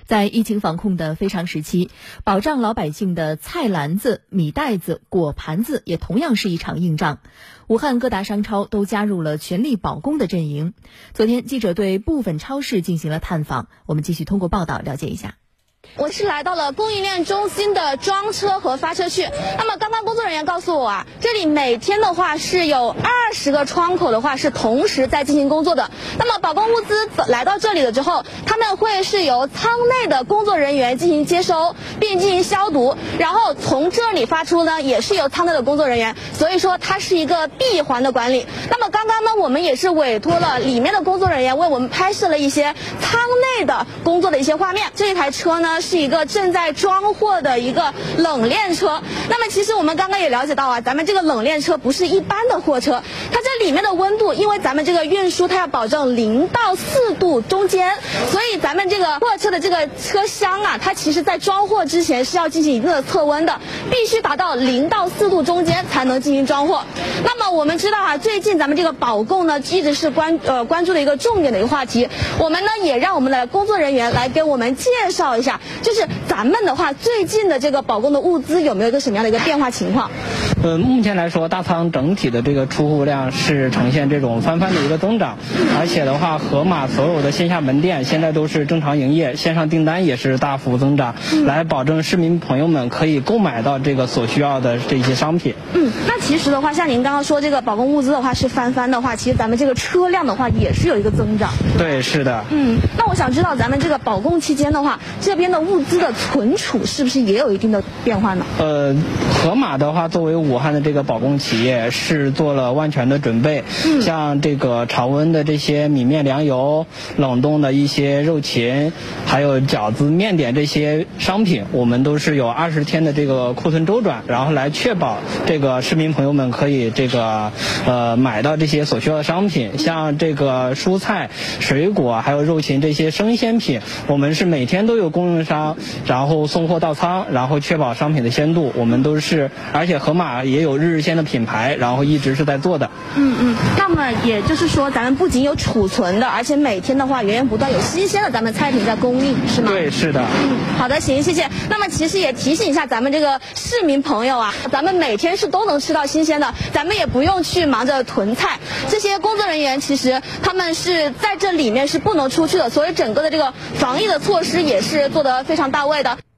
在疫情防控的非常时期，保障老百姓的菜篮子、米袋子、果盘子也同样是一场硬仗。武汉各大商超都加入了全力保供的阵营。昨天，记者对部分超市进行了探访，我们继续通过报道了解一下。 我是来到了供应链中心的装车和发车区。那么刚刚工作人员告诉我这里每天的话是有20个窗口的话是同时在进行工作的。那么保供物资来到这里了之后，他们会是由仓内的工作人员进行接收并进行消毒，然后从这里发出呢也是由仓内的工作人员，所以说它是一个闭环的管理。那么刚刚呢我们也是委托了里面的工作人员为我们拍摄了一些仓内的工作的一些画面。这一台车呢是一个正在装货的一个冷链车。那么其实我们刚刚也了解到咱们这个冷链车不是一般的货车，它这里面的温度，因为咱们这个运输它要保证0到4度中间，所以咱们这个货车的这个车厢它其实在装货之前是要进行一定的测温的，必须达到0到4度中间才能进行装货。那么我们知道最近咱们这个保供呢一直是关注的一个重点的一个话题。我们呢也让我们的工作人员来给我们介绍一下，就是咱们的话最近的这个保供的物资有没有一个什么样的一个变化情况？ 目前来说，大仓整体的这个出货量是呈现这种翻番的一个增长，而且的话，盒马所有的线下门店现在都是正常营业，线上订单也是大幅增长，来保证市民朋友们可以购买到这个所需要的这些商品。 那其实的话，像您刚刚说这个保供物资的话是翻番的话，其实咱们这个车辆的话也是有一个增长。 对，是的。 那我想知道咱们这个保供期间的话，这边的物资的存储是不是也有一定的变化呢？ 盒马的话，作为武汉的这个保供企业，是做了万全的准备。像这个常温的这些米面粮油、冷冻的一些肉禽，还有饺子、面点这些商品，我们都是有20天的这个库存周转，然后来确保这个市民朋友们可以买到这些所需要的商品。像这个蔬菜、水果还有肉禽这些生鲜品，我们是每天都有供应商，然后送货到仓，然后确保商品的鲜度。我们都是，而且盒马也有日日鲜的品牌，然后一直是在做的。 那么也就是说，咱们不仅有储存的，而且每天的话源源不断有新鲜的咱们菜品在供应，是吗？ 对，是的。 好的，行，谢谢。那么其实也提醒一下咱们这个市民朋友咱们每天是都能吃到新鲜的，咱们也不用去忙着囤菜。这些工作人员其实他们是在这里面是不能出去的，所以整个的这个防疫的措施也是做得非常到位的。